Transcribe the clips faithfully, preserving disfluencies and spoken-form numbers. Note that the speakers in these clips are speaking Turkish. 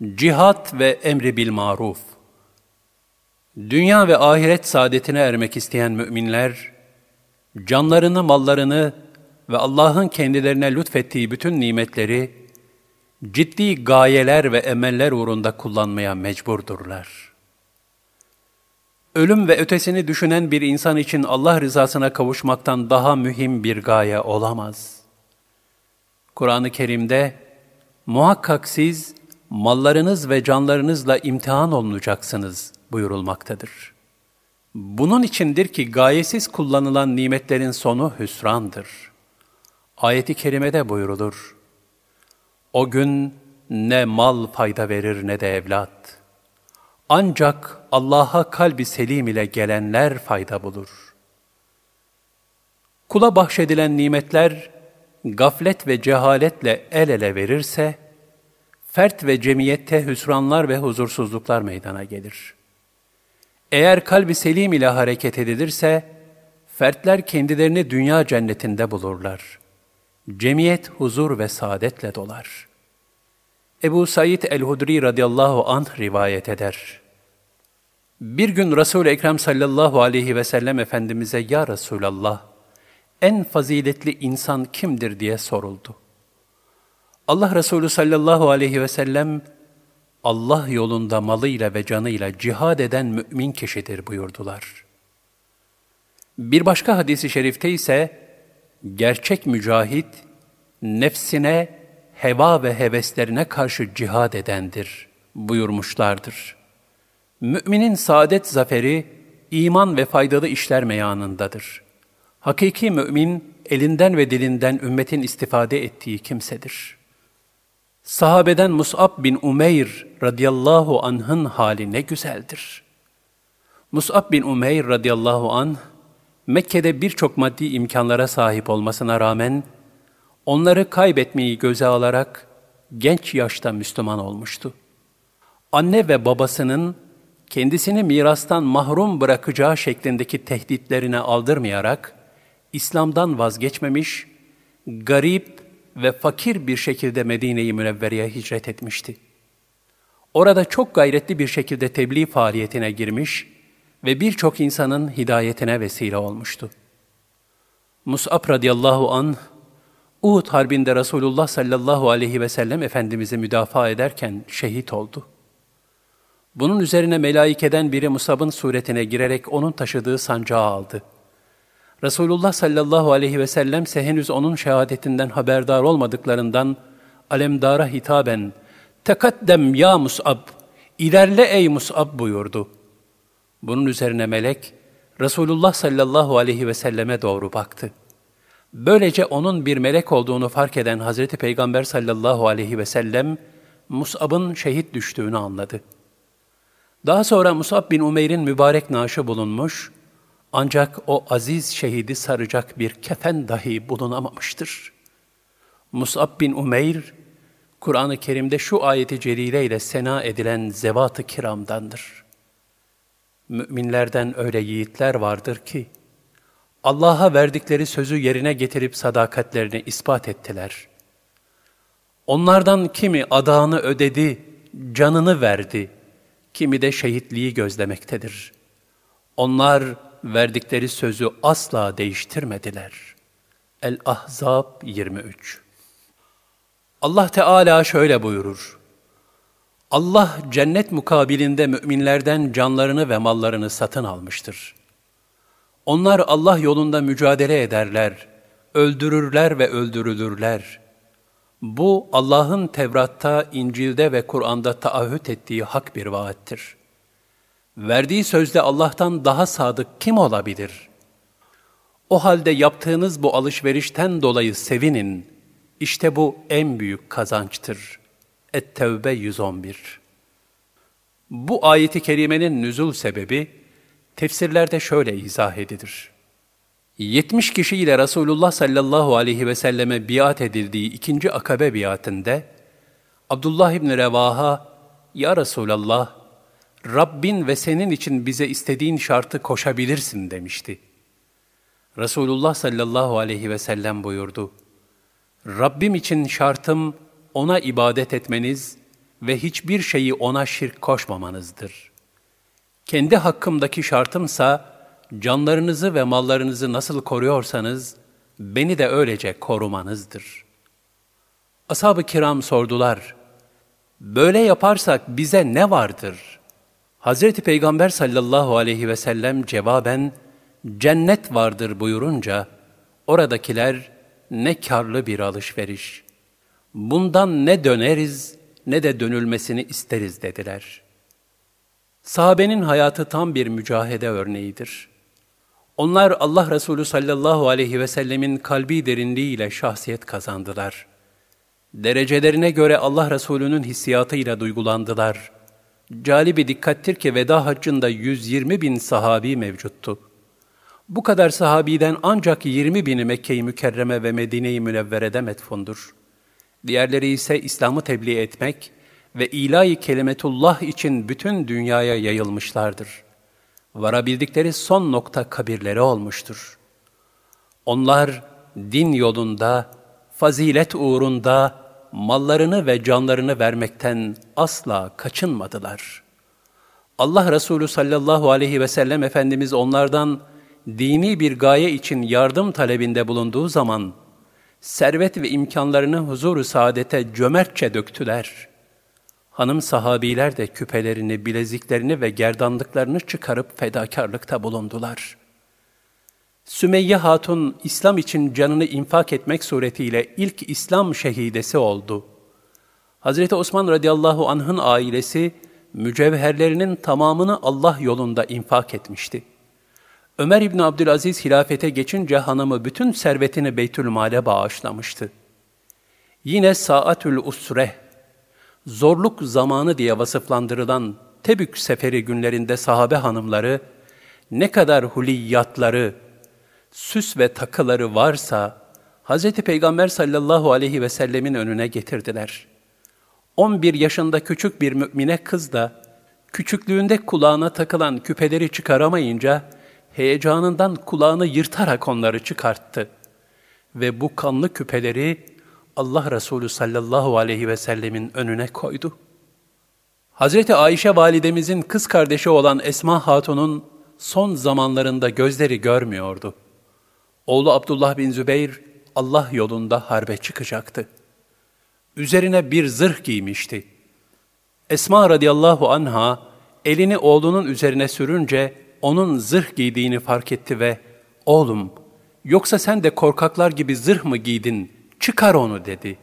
Cihat ve emri bil maruf. Dünya ve ahiret saadetine ermek isteyen müminler, canlarını, mallarını ve Allah'ın kendilerine lütfettiği bütün nimetleri, ciddi gayeler ve emeller uğrunda kullanmaya mecburdurlar. Ölüm ve ötesini düşünen bir insan için Allah rızasına kavuşmaktan daha mühim bir gaye olamaz. Kur'an-ı Kerim'de, muhakkak siz, mallarınız ve canlarınızla imtihan olunacaksınız buyurulmaktadır. Bunun içindir ki gayesiz kullanılan nimetlerin sonu hüsrandır. Ayet-i kerimede buyrulur. O gün ne mal fayda verir ne de evlat. Ancak Allah'a kalbi selim ile gelenler fayda bulur. Kula bahşedilen nimetler, gaflet ve cehaletle el ele verirse, fert ve cemiyette hüsranlar ve huzursuzluklar meydana gelir. Eğer kalbi selim ile hareket edilirse, fertler kendilerini dünya cennetinde bulurlar. Cemiyet huzur ve saadetle dolar. Ebu Said el-Hudri radıyallahu anh rivayet eder. Bir gün Resul-i Ekrem sallallahu aleyhi ve sellem Efendimiz'e "Ya Resulallah, en faziletli insan kimdir?" diye soruldu. Allah Resulü sallallahu aleyhi ve sellem, Allah yolunda malıyla ve canıyla cihad eden mümin kişidir buyurdular. Bir başka hadis-i şerifte ise, gerçek mücahit, nefsine, heva ve heveslerine karşı cihad edendir buyurmuşlardır. Müminin saadet zaferi, iman ve faydalı işler meyanındadır. Hakiki mümin, elinden ve dilinden ümmetin istifade ettiği kimsedir. Sahabeden Mus'ab bin Umeyr radıyallahu anh'ın hali ne güzeldir. Mus'ab bin Umeyr radıyallahu anh, Mekke'de birçok maddi imkanlara sahip olmasına rağmen, onları kaybetmeyi göze alarak genç yaşta Müslüman olmuştu. Anne ve babasının kendisini mirastan mahrum bırakacağı şeklindeki tehditlerine aldırmayarak, İslam'dan vazgeçmemiş, garip ve fakir bir şekilde Medine-i Münevvere'ye hicret etmişti. Orada çok gayretli bir şekilde tebliğ faaliyetine girmiş ve birçok insanın hidayetine vesile olmuştu. Mus'ab radıyallahu anh, Uhud Harbi'nde Resulullah sallallahu aleyhi ve sellem Efendimiz'i müdafaa ederken şehit oldu. Bunun üzerine melaikeden biri Mus'ab'ın suretine girerek onun taşıdığı sancağı aldı. Resulullah sallallahu aleyhi ve sellem ise henüz onun şehadetinden haberdar olmadıklarından alemdara hitaben "Tekaddem ya Mus'ab, ilerle ey Mus'ab" buyurdu. Bunun üzerine melek Resulullah sallallahu aleyhi ve selleme doğru baktı. Böylece onun bir melek olduğunu fark eden Hazreti Peygamber sallallahu aleyhi ve sellem Mus'ab'ın şehit düştüğünü anladı. Daha sonra Mus'ab bin Umeyr'in mübarek naaşı bulunmuş, ancak o aziz şehidi saracak bir kefen dahi bulunamamıştır. Mus'ab bin Umeyr, Kur'an-ı Kerim'de şu ayeti celile ile sena edilen zevat-ı kiramdandır. Müminlerden öyle yiğitler vardır ki, Allah'a verdikleri sözü yerine getirip sadakatlerini ispat ettiler. Onlardan kimi adağını ödedi, canını verdi, kimi de şehitliği gözlemektedir. Onlar verdikleri sözü asla değiştirmediler. El-Ahzab yirmi üç. Allah Teala şöyle buyurur. Allah cennet mukabilinde müminlerden canlarını ve mallarını satın almıştır. Onlar Allah yolunda mücadele ederler, öldürürler ve öldürülürler. Bu Allah'ın Tevrat'ta, İncil'de ve Kur'an'da taahhüt ettiği hak bir vaattir. Verdiği sözde Allah'tan daha sadık kim olabilir? O halde yaptığınız bu alışverişten dolayı sevinin. İşte bu en büyük kazançtır. Et-Tevbe yüz on bir. Bu ayeti kerimenin nüzul sebebi, tefsirlerde şöyle izah edilir. yetmiş kişiyle Resulullah sallallahu aleyhi ve selleme biat edildiği ikinci akabe biatinde, Abdullah İbni Revaha, "Ya Resulallah, Rabbin ve senin için bize istediğin şartı koşabilirsin" demişti. Resulullah sallallahu aleyhi ve sellem buyurdu, "Rabbim için şartım ona ibadet etmeniz ve hiçbir şeyi ona şirk koşmamanızdır. Kendi hakkımdaki şartımsa, canlarınızı ve mallarınızı nasıl koruyorsanız, beni de öylece korumanızdır. Ashab-ı kiram sordular, böyle yaparsak bize ne vardır? Hazreti Peygamber sallallahu aleyhi ve sellem cevaben, cennet vardır buyurunca, oradakiler ne kârlı bir alışveriş. Bundan ne döneriz ne de dönülmesini isteriz dediler. Sahabenin hayatı tam bir mücahede örneğidir. Onlar Allah Resulü sallallahu aleyhi ve sellemin kalbi derinliğiyle şahsiyet kazandılar. Derecelerine göre Allah Resulü'nün hissiyatıyla duygulandılar. Cali dikkattir ki veda haccında yüz yirmi bin sahabi mevcuttu. Bu kadar sahabiden ancak yirmi bini Mekke-i Mükerreme ve Medine-i Münevvere'de metfundur. Diğerleri ise İslam'ı tebliğ etmek ve ilahi kelimetullah için bütün dünyaya yayılmışlardır. Varabildikleri son nokta kabirleri olmuştur. Onlar din yolunda, fazilet uğrunda mallarını ve canlarını vermekten asla kaçınmadılar. Allah Resulü sallallahu aleyhi ve sellem Efendimiz onlardan dini bir gaye için yardım talebinde bulunduğu zaman, servet ve imkanlarını huzur-u saadete cömertçe döktüler. Hanım sahabiler de küpelerini, bileziklerini ve gerdanlıklarını çıkarıp fedakarlıkta bulundular. Sümeyye Hatun, İslam için canını infak etmek suretiyle ilk İslam şehidesi oldu. Hazreti Osman radıyallahu anh'ın ailesi, mücevherlerinin tamamını Allah yolunda infak etmişti. Ömer İbni Abdülaziz hilafete geçince hanımı bütün servetini Beytülmal'e bağışlamıştı. Yine Saatül Usreh, zorluk zamanı diye vasıflandırılan Tebük seferi günlerinde sahabe hanımları, ne kadar huliyatları, süs ve takıları varsa, Hz. Peygamber sallallahu aleyhi ve sellemin önüne getirdiler. on bir yaşında küçük bir mümine kız da, küçüklüğünde kulağına takılan küpeleri çıkaramayınca, heyecanından kulağını yırtarak onları çıkarttı. Ve bu kanlı küpeleri Allah Resulü sallallahu aleyhi ve sellemin önüne koydu. Hazreti Ayşe validemizin kız kardeşi olan Esma Hatun'un son zamanlarında gözleri görmüyordu. Oğlu Abdullah bin Zübeyr Allah yolunda harbe çıkacaktı. Üzerine bir zırh giymişti. Esma radıyallahu anha elini oğlunun üzerine sürünce onun zırh giydiğini fark etti ve "Oğlum, yoksa sen de korkaklar gibi zırh mı giydin? Çıkar onu." dedi.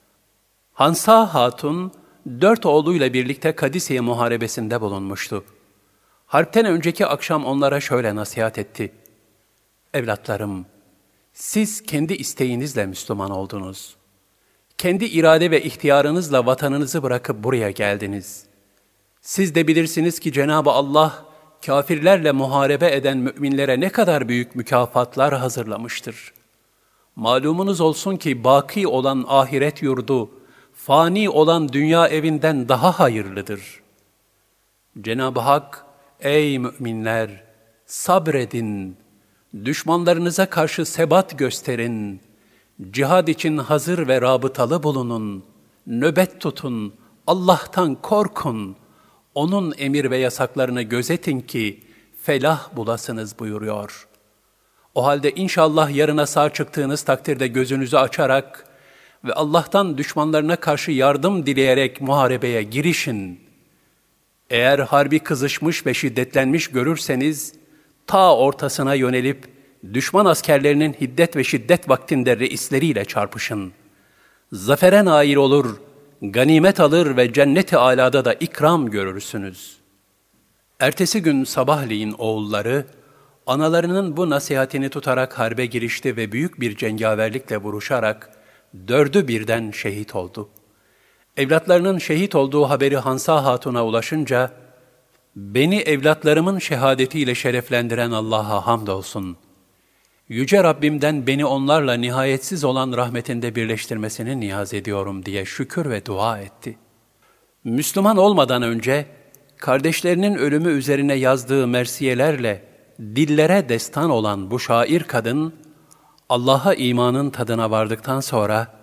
Hansa Hatun, dört oğluyla birlikte Kadisiye muharebesinde bulunmuştu. Harpten önceki akşam onlara şöyle nasihat etti. "Evlatlarım, siz kendi isteğinizle Müslüman oldunuz. Kendi irade ve ihtiyarınızla vatanınızı bırakıp buraya geldiniz. Siz de bilirsiniz ki Cenab-ı Allah, kafirlerle muharebe eden müminlere ne kadar büyük mükafatlar hazırlamıştır. Malumunuz olsun ki baki olan ahiret yurdu, fani olan dünya evinden daha hayırlıdır. Cenab-ı Hak, ey müminler, sabredin, düşmanlarınıza karşı sebat gösterin, cihad için hazır ve rabıtalı bulunun, nöbet tutun, Allah'tan korkun, onun emir ve yasaklarını gözetin ki felah bulasınız buyuruyor. O halde inşallah yarına sağ çıktığınız takdirde gözünüzü açarak ve Allah'tan düşmanlarına karşı yardım dileyerek muharebeye girişin. Eğer harbi kızışmış ve şiddetlenmiş görürseniz, ta ortasına yönelip düşman askerlerinin hiddet ve şiddet vaktinde reisleriyle çarpışın. Zafere nail olur, ganimet alır ve cennet-i âlâda da ikram görürsünüz." Ertesi gün sabahleyin oğulları, analarının bu nasihatini tutarak harbe girişti ve büyük bir cengaverlikle vuruşarak dördü birden şehit oldu. Evlatlarının şehit olduğu haberi Hansa Hatun'a ulaşınca, "Beni evlatlarımın şehadetiyle şereflendiren Allah'a hamdolsun. Yüce Rabbimden beni onlarla nihayetsiz olan rahmetinde birleştirmesini niyaz ediyorum" diye şükür ve dua etti. Müslüman olmadan önce, kardeşlerinin ölümü üzerine yazdığı mersiyelerle dillere destan olan bu şair kadın, Allah'a imanın tadına vardıktan sonra,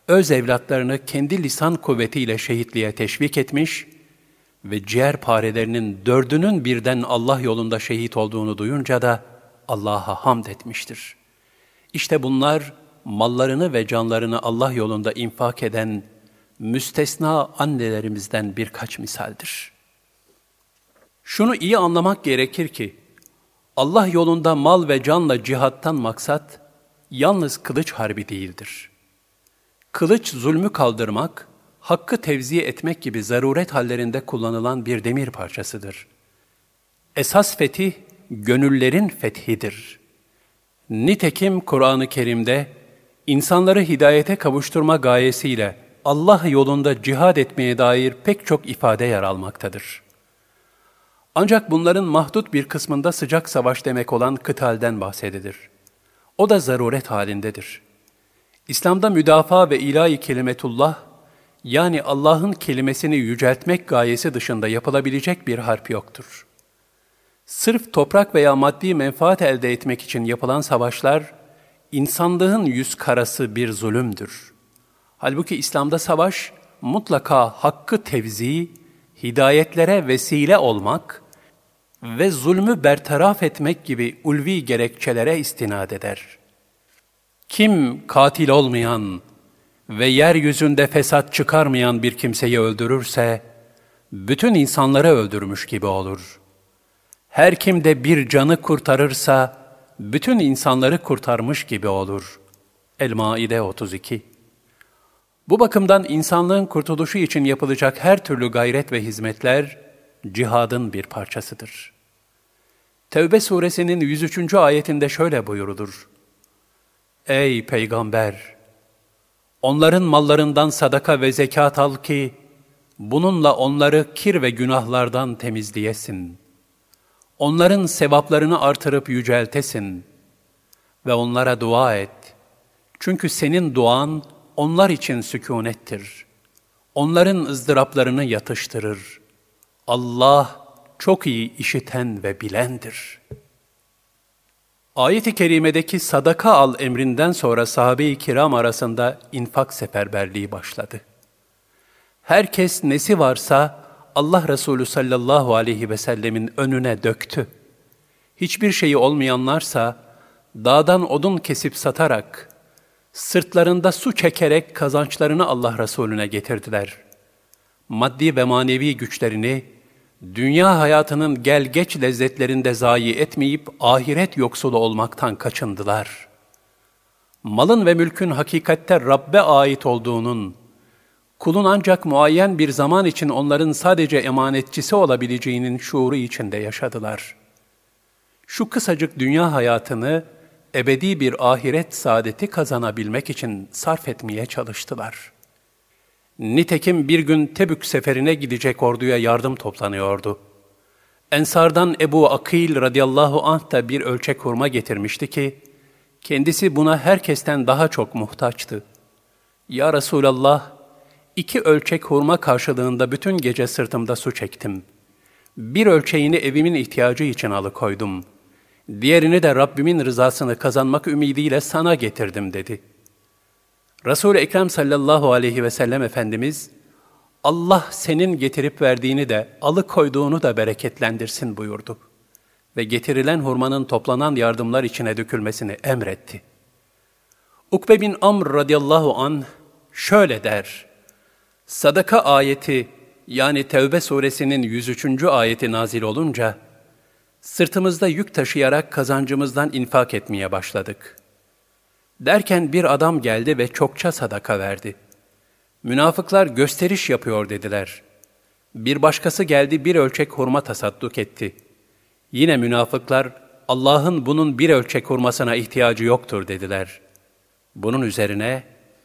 öz evlatlarını kendi lisan kuvvetiyle şehitliğe teşvik etmiş ve ciğerparelerinin dördünün birden Allah yolunda şehit olduğunu duyunca da Allah'a hamd etmiştir. İşte bunlar mallarını ve canlarını Allah yolunda infak eden müstesna annelerimizden birkaç misaldir. Şunu iyi anlamak gerekir ki, Allah yolunda mal ve canla cihattan maksat, yalnız kılıç harbi değildir. Kılıç zulmü kaldırmak, hakkı tevzi etmek gibi zaruret hallerinde kullanılan bir demir parçasıdır. Esas fetih, gönüllerin fethidir. Nitekim Kur'an-ı Kerim'de, insanları hidayete kavuşturma gayesiyle Allah yolunda cihad etmeye dair pek çok ifade yer almaktadır. Ancak bunların mahdut bir kısmında sıcak savaş demek olan kıtalden bahsedilir. O da zaruret halindedir. İslam'da müdafaa ve ilahi kelimetullah, yani Allah'ın kelimesini yüceltmek gayesi dışında yapılabilecek bir harp yoktur. Sırf toprak veya maddi menfaat elde etmek için yapılan savaşlar, insanlığın yüz karası bir zulümdür. Halbuki İslam'da savaş, mutlaka hakkı tevzi, hidayetlere vesile olmak ve zulmü bertaraf etmek gibi ulvi gerekçelere istinad eder. Kim katil olmayan ve yeryüzünde fesat çıkarmayan bir kimseyi öldürürse, bütün insanları öldürmüş gibi olur. Her kim de bir canı kurtarırsa, bütün insanları kurtarmış gibi olur. El-Maide otuz iki. Bu bakımdan insanlığın kurtuluşu için yapılacak her türlü gayret ve hizmetler, cihadın bir parçasıdır. Tevbe suresinin yüz üçüncü ayetinde şöyle buyurulur: Ey Peygamber! Onların mallarından sadaka ve zekat al ki, bununla onları kir ve günahlardan temizleyesin. Onların sevaplarını artırıp yüceltesin ve onlara dua et. Çünkü senin duan onlar için sükunettir. Onların ızdıraplarını yatıştırır. Allah çok iyi işiten ve bilendir. Ayet-i kerimedeki sadaka al emrinden sonra sahabe-i kiram arasında infak seferberliği başladı. Herkes nesi varsa Allah Resulü sallallahu aleyhi ve sellemin önüne döktü. Hiçbir şeyi olmayanlarsa dağdan odun kesip satarak, sırtlarında su çekerek kazançlarını Allah Resulüne getirdiler. Maddi ve manevi güçlerini, dünya hayatının gel geç lezzetlerinde zayi etmeyip ahiret yoksulu olmaktan kaçındılar. Malın ve mülkün hakikatte Rabbe ait olduğunun, kulun ancak muayyen bir zaman için onların sadece emanetçisi olabileceğinin şuuru içinde yaşadılar. Şu kısacık dünya hayatını ebedi bir ahiret saadeti kazanabilmek için sarf etmeye çalıştılar. Nitekim bir gün Tebük seferine gidecek orduya yardım toplanıyordu. Ensardan Ebu Akil radıyallahu anh da bir ölçek hurma getirmişti ki, kendisi buna herkesten daha çok muhtaçtı. Ya Resulallah, iki ölçek hurma karşılığında bütün gece sırtımda su çektim. Bir ölçeğini evimin ihtiyacı için alıkoydum. Diğerini de Rabbimin rızasını kazanmak ümidiyle sana getirdim dedi. Resul-i Ekrem sallallahu aleyhi ve sellem Efendimiz, Allah senin getirip verdiğini de alıkoyduğunu da bereketlendirsin buyurdu. Ve getirilen hurmanın toplanan yardımlar içine dökülmesini emretti. Ukbe bin Amr radıyallahu anh şöyle der: Sadaka ayeti, yani Tevbe suresinin yüz üçüncü ayeti nazil olunca, sırtımızda yük taşıyarak kazancımızdan infak etmeye başladık. Derken bir adam geldi ve çokça sadaka verdi. Münafıklar gösteriş yapıyor dediler. Bir başkası geldi bir ölçek hurma tasadduk etti. Yine münafıklar, Allah'ın bunun bir ölçek hurmasına ihtiyacı yoktur dediler. Bunun üzerine,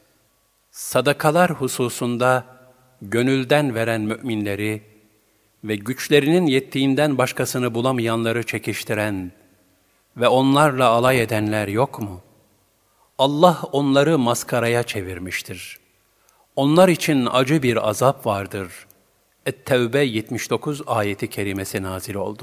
sadakalar hususunda gönülden veren müminleri ve güçlerinin yettiğinden başkasını bulamayanları çekiştiren ve onlarla alay edenler yok mu? Allah onları maskaraya çevirmiştir. Onlar için acı bir azap vardır. Et-Tevbe yetmiş dokuz ayeti kerimesi nazil oldu.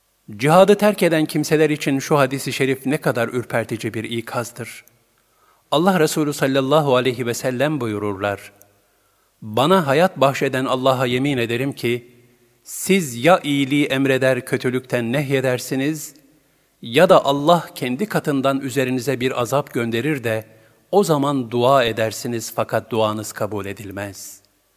Cihadı terk eden kimseler için şu hadis-i şerif ne kadar ürpertici bir ikazdır. Allah Resulü sallallahu aleyhi ve sellem buyururlar: Bana hayat bahşeden Allah'a yemin ederim ki, siz ya iyiliği emreder kötülükten nehyedersiniz, ya da Allah kendi katından üzerinize bir azap gönderir de, o zaman dua edersiniz fakat duanız kabul edilmez.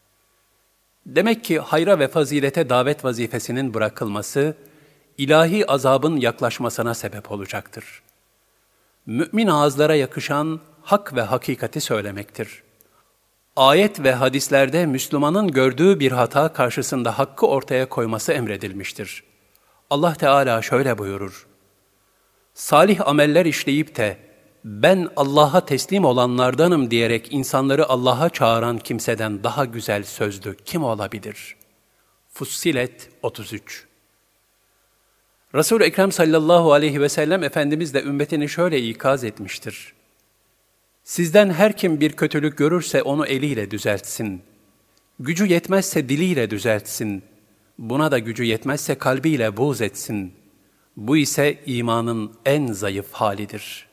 Demek ki hayra ve fazilete davet vazifesinin bırakılması, ilahi azabın yaklaşmasına sebep olacaktır. Mümin ağızlara yakışan hak ve hakikati söylemektir. Ayet ve hadislerde Müslümanın gördüğü bir hata karşısında hakkı ortaya koyması emredilmiştir. Allah Teala şöyle buyurur: Salih ameller işleyip de ben Allah'a teslim olanlardanım diyerek insanları Allah'a çağıran kimseden daha güzel sözlü kim olabilir? Fussilet otuz üç. Resul-i Ekrem sallallahu aleyhi ve sellem Efendimiz de ümmetini şöyle ikaz etmiştir: Sizden her kim bir kötülük görürse onu eliyle düzeltsin. Gücü yetmezse diliyle düzeltsin. Buna da gücü yetmezse kalbiyle buğz etsin. Bu ise imanın en zayıf halidir.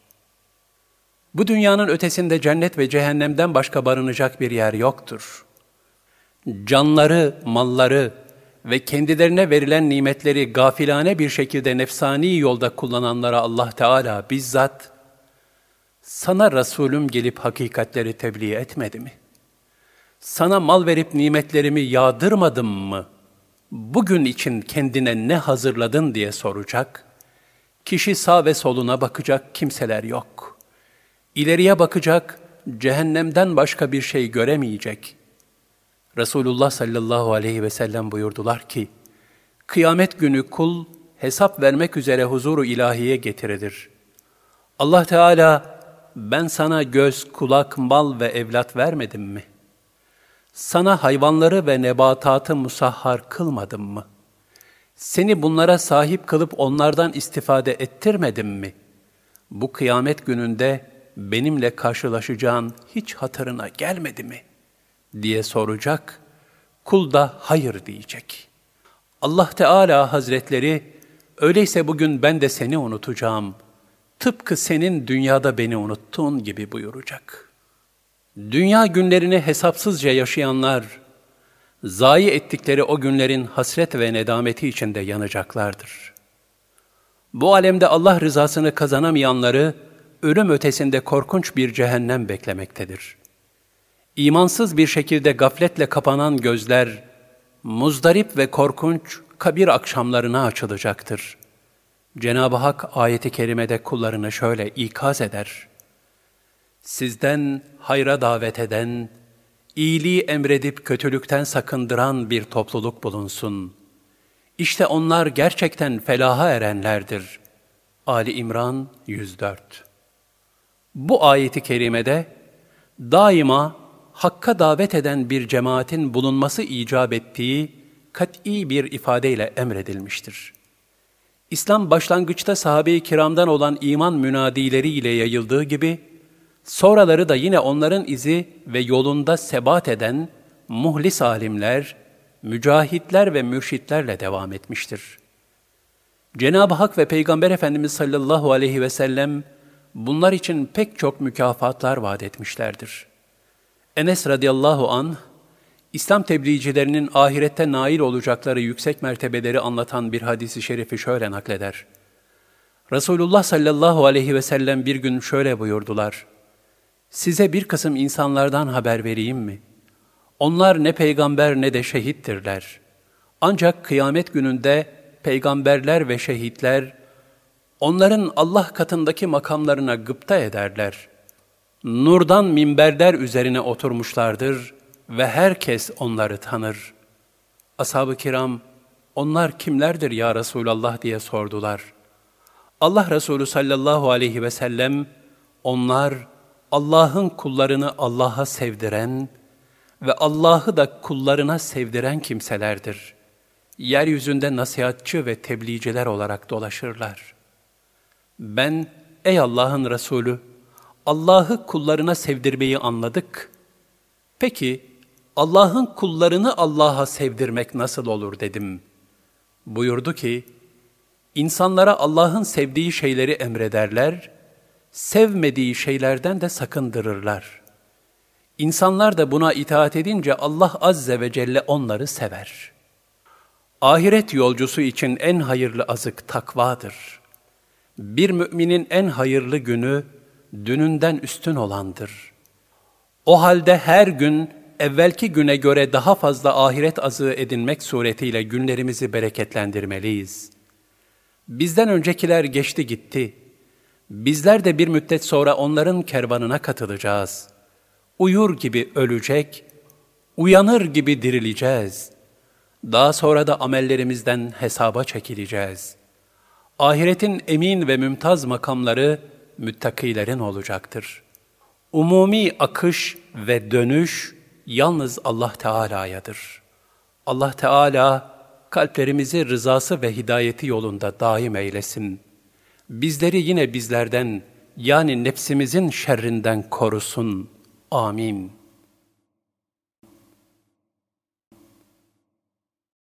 Bu dünyanın ötesinde cennet ve cehennemden başka barınacak bir yer yoktur. Canları, malları ve kendilerine verilen nimetleri gafilane bir şekilde nefsani yolda kullananlara Allah Teala bizzat, sana Resulüm gelip hakikatleri tebliğ etmedi mi? Sana mal verip nimetlerimi yağdırmadım mı? Bugün için kendine ne hazırladın diye soracak. Kişi sağ ve soluna bakacak, kimseler yok. İleriye bakacak, cehennemden başka bir şey göremeyecek. Resulullah sallallahu aleyhi ve sellem buyurdular ki, kıyamet günü kul hesap vermek üzere huzuru ilahiye getirilir. Allah Teala, ben sana göz, kulak, mal ve evlat vermedim mi? Sana hayvanları ve nebatatı musahhar kılmadım mı? Seni bunlara sahip kılıp onlardan istifade ettirmedim mi? Bu kıyamet gününde benimle karşılaşacağın hiç hatırına gelmedi mi? Diye soracak, kul da hayır diyecek. Allah Teala Hazretleri, öyleyse bugün ben de seni unutacağım, tıpkı senin dünyada beni unuttuğun gibi buyuracak. Dünya günlerini hesapsızca yaşayanlar, zayi ettikleri o günlerin hasret ve nedameti içinde yanacaklardır. Bu alemde Allah rızasını kazanamayanları, ölüm ötesinde korkunç bir cehennem beklemektedir. İmansız bir şekilde gafletle kapanan gözler, muzdarip ve korkunç kabir akşamlarına açılacaktır. Cenab-ı Hak ayeti kerimede kullarını şöyle ikaz eder: Sizden hayra davet eden, iyiliği emredip kötülükten sakındıran bir topluluk bulunsun. İşte onlar gerçekten felaha erenlerdir. Ali İmran yüz dört. Bu ayeti kerimede daima hakka davet eden bir cemaatin bulunması icap ettiği kat'i bir ifadeyle emredilmiştir. İslam başlangıçta sahabe-i kiramdan olan iman münadileriyle yayıldığı gibi, sonraları da yine onların izi ve yolunda sebat eden muhlis alimler, mücahitler ve mürşitlerle devam etmiştir. Cenab-ı Hak ve Peygamber Efendimiz sallallahu aleyhi ve sellem bunlar için pek çok mükafatlar vaat etmişlerdir. Enes radıyallahu anh, İslam tebliğcilerinin ahirette nail olacakları yüksek mertebeleri anlatan bir hadisi şerifi şöyle nakleder. Resulullah sallallahu aleyhi ve sellem bir gün şöyle buyurdular: Size bir kısım insanlardan haber vereyim mi? Onlar ne peygamber ne de şehittirler. Ancak kıyamet gününde peygamberler ve şehitler, onların Allah katındaki makamlarına gıpta ederler. Nurdan minberler üzerine oturmuşlardır ve herkes onları tanır. Ashab-ı kiram, onlar kimlerdir ya Resulallah diye sordular. Allah Resulü sallallahu aleyhi ve sellem, onlar Allah'ın kullarını Allah'a sevdiren ve Allah'ı da kullarına sevdiren kimselerdir. Yeryüzünde nasihatçı ve tebliğciler olarak dolaşırlar. Ben, ey Allah'ın Resulü, Allah'ı kullarına sevdirmeyi anladık. Peki, Allah'ın kullarını Allah'a sevdirmek nasıl olur dedim. Buyurdu ki, insanlara Allah'ın sevdiği şeyleri emrederler sevmediği şeylerden de sakındırırlar. İnsanlar da buna itaat edince Allah Azze ve Celle onları sever. Ahiret yolcusu için en hayırlı azık takvadır. Bir müminin en hayırlı günü, dününden üstün olandır. O halde her gün, evvelki güne göre daha fazla ahiret azığı edinmek suretiyle günlerimizi bereketlendirmeliyiz. Bizden öncekiler geçti gitti. Bizler de bir müddet sonra onların kervanına katılacağız. Uyur gibi ölecek, uyanır gibi dirileceğiz. Daha sonra da amellerimizden hesaba çekileceğiz. Ahiretin emin ve mümtaz makamları müttakilerin olacaktır. Umumi akış ve dönüş yalnız Allah Teala'yadır. Allah Teala kalplerimizi rızası ve hidayeti yolunda daim eylesin. Bizleri yine bizlerden, yani nefsimizin şerrinden korusun. Amin.